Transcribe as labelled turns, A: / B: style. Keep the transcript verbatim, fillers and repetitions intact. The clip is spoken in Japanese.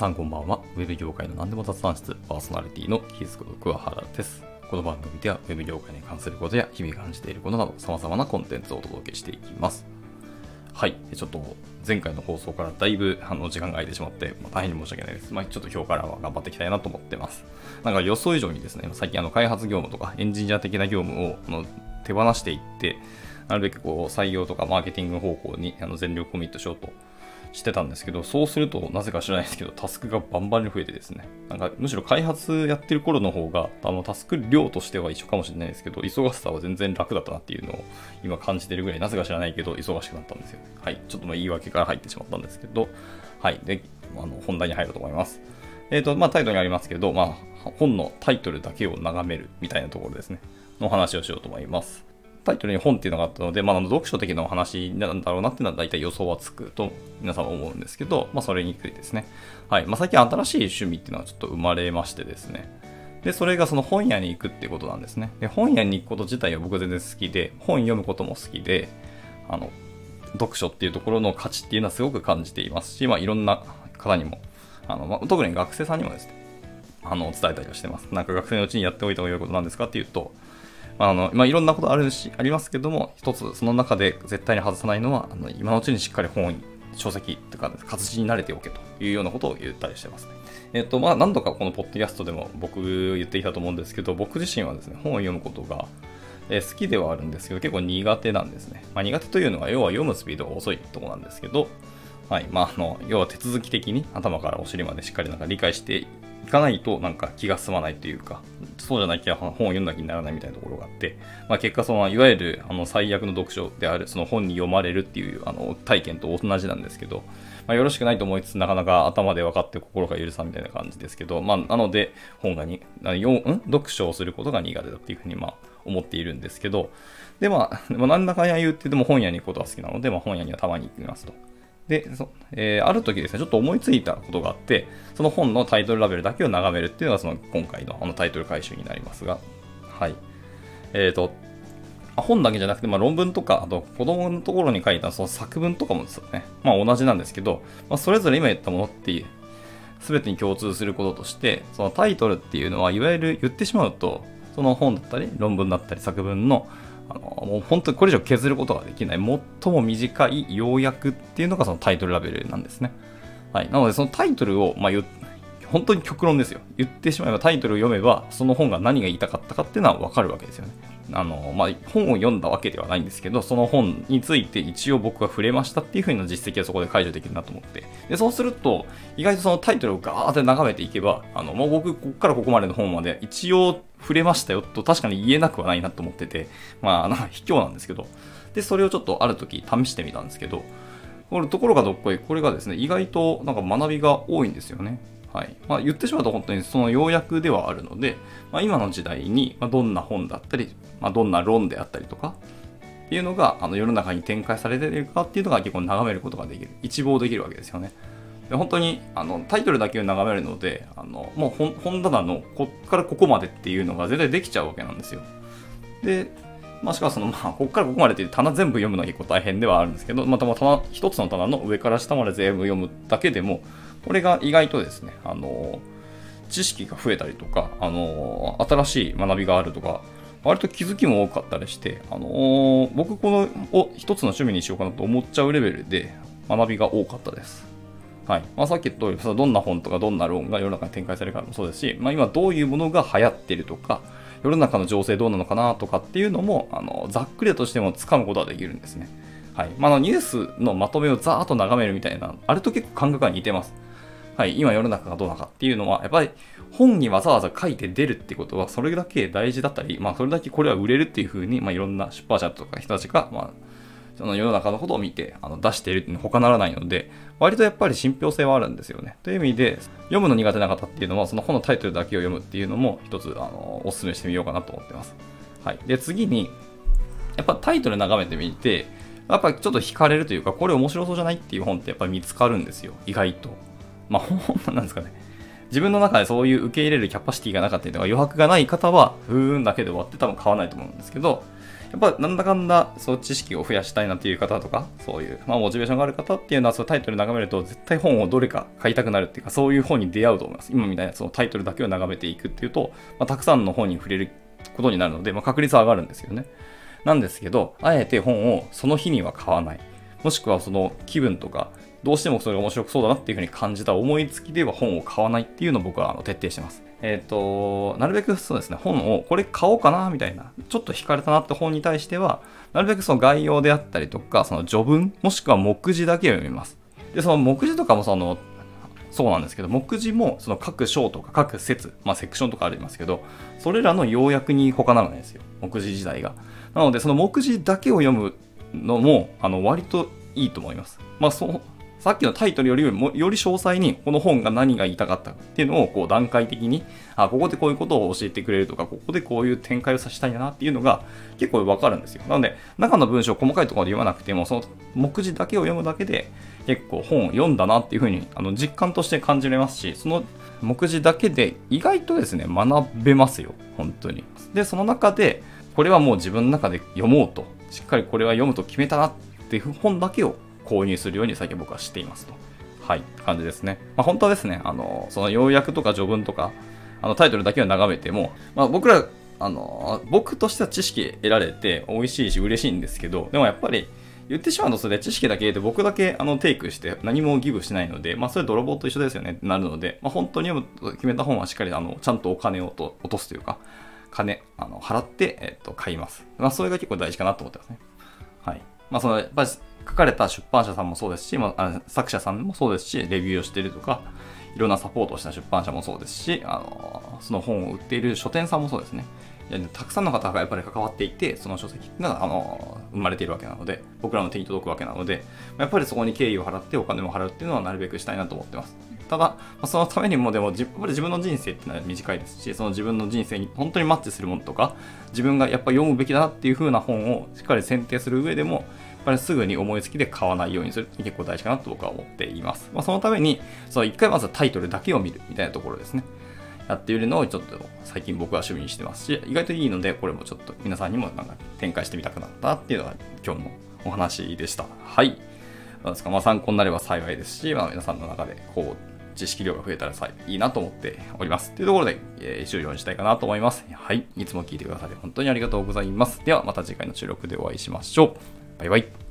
A: さんこんばんは。ウェブ業界の何でも雑談室パーソナリティのキースこと桑原です。この番組ではウェブ業界に関することや日々感じていることなど様々なコンテンツをお届けしていきます。はい。ちょっと前回の放送からだいぶあの時間が空いてしまって、まあ、大変に申し訳ないです。まあ、ちょっと今日からは頑張っていきたいなと思ってます。なんか予想以上にですね、最近あの開発業務とかエンジニア的な業務をあの手放していって、なるべくこう採用とかマーケティング方向にあの全力コミットしようとしてたんですけど、そうするとなぜか知らないですけどタスクがバンバンに増えてですね、なんかむしろ開発やってる頃の方があのタスク量としては一緒かもしれないですけど、忙しさは全然楽だったなっていうのを今感じてるぐらい、なぜか知らないけど忙しくなったんですよ。はい、ちょっとまあ言い訳から入ってしまったんですけど、はい、であの本題に入ると思います。えっとまあタイトルにありますけど、まあ本のタイトルだけを眺めるみたいなところですねの話をしようと思います。タイトルに本っていうのがあったので、まあ、読書的なお話なんだろうなっていうのは大体予想はつくと皆さんは思うんですけど、まあ、それについてですね。はい。まあ、最近新しい趣味っていうのはちょっと生まれましてですね。で、それがその本屋に行くっていうことなんですね。で、本屋に行くこと自体は僕全然好きで、本読むことも好きで、あの、読書っていうところの価値っていうのはすごく感じていますし、まあ、いろんな方にも、あの、まあ、特に学生さんにもですね、あの、伝えたりはしてます。なんか学生のうちにやっておいた方が良いことなんですかっていうと、あのまあ、いろんなことあるしありますけども、一つその中で絶対に外さないのは、あの今のうちにしっかり本、書籍とか活字に慣れておけというようなことを言ったりしてますね。えっとまあ、何度かこのポッドキャストでも僕言っていたと思うんですけど、僕自身はですね、本を読むことがえ好きではあるんですけど、結構苦手なんですね。まあ、苦手というのは、要は読むスピードが遅いところなんですけど、はいまあ、あの要は手続き的に頭からお尻までしっかりなんか理解していかないとなんか気が済まないというか、そうじゃなきゃ本を読んだ気にならないみたいなところがあって、まあ、結果そのいわゆるあの最悪の読書であるその本に読まれるっていうあの体験と同じなんですけど、まあ、よろしくないと思いつつなかなか頭で分かって心が許さんみたいな感じですけど、まあ、なので本がに読読書をすることが苦手だっていうふうにまあ思っているんですけど、でまあ何だかんや言ってでも本屋に行くことは好きなので、まあ、本屋にはたまに行きますと。でそえー、ある時ですね、ちょっと思いついたことがあって、その本のタイトルラベルだけを眺めるっていうのがその今回のあのタイトル回収になりますが、はい。えっと、本だけじゃなくて、まあ、論文とか、あと子供のところに書いたその作文とかもですよね、まあ同じなんですけど、まあ、それぞれ今言ったものっていう、すべてに共通することとして、そのタイトルっていうのは、いわゆる言ってしまうと、その本だったり、論文だったり、作文のあのもう本当にこれ以上削ることができない最も短い要約っていうのがそのタイトルラベルなんですね。はい、なのでそのタイトルを、まあ、本当に極論ですよ。言ってしまえばタイトルを読めばその本が何が言いたかったかっていうのは分かるわけですよね。あの、まあ、本を読んだわけではないんですけど、その本について一応僕が触れましたっていう風な実績はそこで解除できるなと思って。で、そうすると意外とそのタイトルをガーって眺めていけば、あの、もう僕ここからここまでの本まで一応触れましたよと確かに言えなくはないなと思ってて、まあ、あの卑怯なんですけど、で、それをちょっとある時試してみたんですけど、これところがどっこい、これがですね、意外となんか学びが多いんですよね。はい。まあ、言ってしまうと本当にその要約ではあるので、まあ、今の時代にどんな本だったり、まあ、どんな論であったりとかっていうのがあの世の中に展開されているかっていうのが結構眺めることができる。一望できるわけですよね。で本当にあのタイトルだけを眺めるので、あのもう本本棚のこっからここまでっていうのが絶対できちゃうわけなんですよ。で、まあ、しかもその、まあ、ここからここまでっていう棚全部読むのは結構大変ではあるんですけど、またまた一つの棚の上から下まで全部読むだけでも、これが意外とですね、あの知識が増えたりとか、あの新しい学びがあるとか、割と気づきも多かったりして、あの僕このを一つの趣味にしようかなと思っちゃうレベルで学びが多かったです。はいまあ、さっき言った通り、どんな本とかどんな論が世の中に展開されるかもそうですし、まあ、今どういうものが流行っているとか、世の中の情勢どうなのかなとかっていうのも、あのざっくりとしても掴むことができるんですね。はいまあ、あのニュースのまとめをざーっと眺めるみたいな、あれと結構感覚が似てます。はい、今世の中がどうなのかっていうのは、やっぱり本にわざわざ書いて出るってことは、それだけ大事だったり、まあ、それだけこれは売れるっていう風に、まあ、いろんな出版社とか人たちが、まあ、その世の中のことを見てあの出しているっていうのは他ならないので、割とやっぱり信憑性はあるんですよね。という意味で、読むの苦手な方っていうのは、その本のタイトルだけを読むっていうのも一つあのお勧めしてみようかなと思ってます。はい。で、次に、やっぱタイトル眺めてみて、やっぱりちょっと惹かれるというか、これ面白そうじゃないっていう本ってやっぱり見つかるんですよ。意外と。まあ本なんですかね。 自分の中でそういう受け入れるキャパシティがなかったりとか余白がない方は、ふーんだけで終わって多分買わないと思うんですけど、やっぱなんだかんだそう知識を増やしたいなっていう方とか、そういう、まあ、モチベーションがある方っていうのはそのタイトル眺めると絶対本をどれか買いたくなるっていうか、そういう本に出会うと思います。今みたいなそのタイトルだけを眺めていくっていうと、まあ、たくさんの本に触れることになるので、まあ、確率は上がるんですよね。なんですけど、あえて本をその日には買わない。もしくはその気分とか、どうしてもそれが面白そうだなっていうふうに感じた思いつきでは本を買わないっていうのを僕はあの徹底してます。えっと、なるべくそうですね、本をこれ買おうかなみたいな、ちょっと惹かれたなって本に対しては、なるべくその概要であったりとか、その序文、もしくは目次だけを読みます。で、その目次とかもその、そうなんですけど、目次もその各章とか各節、まあセクションとかありますけど、それらの要約に他ならないんですよ、目次自体が。なので、その目次だけを読むのも、あの、割といいと思います。まあそう、さっきのタイトルよりもより詳細にこの本が何が言いたかったかっていうのをこう段階的に、あ、ここでこういうことを教えてくれるとか、ここでこういう展開をさせたいんだなっていうのが結構わかるんですよ。なので、中の文章を細かいところで読まなくても、その目次だけを読むだけで結構本を読んだなっていうふうにあの実感として感じれますし、その目次だけで意外とですね、学べますよ。本当に。で、その中で、これはもう自分の中で読もうと、しっかりこれは読むと決めたなっていう本だけを購入するように最近僕はしていますと。はい、感じですね。まあ、本当はですね、あの、その要約とか序文とか、あのタイトルだけを眺めても、まあ、僕ら、あの、僕としては知識得られて美味しいし嬉しいんですけど、でもやっぱり言ってしまうとそれ知識だけで僕だけあのテイクして何もギブしないので、まあそれ泥棒と一緒ですよねってなるので、まあ本当に読むと決めた本はしっかりあのちゃんとお金をと落とすというか、金、あの払って、えっと、買います。まあそれが結構大事かなと思ってますね。はい。まあその、やっぱり書かれた出版社さんもそうですし、まあ、作者さんもそうですし、レビューをしているとか、いろんなサポートをした出版社もそうですし、あのその本を売っている書店さんもそうですね。たくさんの方がやっぱり関わっていて、その書籍があの生まれているわけなので、僕らの手に届くわけなので、やっぱりそこに敬意を払ってお金も払うっていうのはなるべくしたいなと思ってます。ただ、そのためにもでも、やっぱり自分の人生っていうのは短いですし、その自分の人生に本当にマッチするものとか、自分がやっぱり読むべきだなっていう風な本をしっかり選定する上でも、やっぱりすぐに思いつきで買わないようにするって結構大事かなと僕は思っています。まあ、そのために、その一回まずタイトルだけを見るみたいなところですね。やっているのをちょっと最近僕は趣味にしてますし、意外といいので、これもちょっと皆さんにもなんか展開してみたくなったっていうのが今日のお話でした。はい。なんですか、まあ参考になれば幸いですし、まあ皆さんの中でこう、知識量が増えたらさいいなと思っております。というところで、えー、終了にしたいかなと思います。はい。いつも聞いてくださり本当にありがとうございます。ではまた次回の収録でお会いしましょう。バイバイ。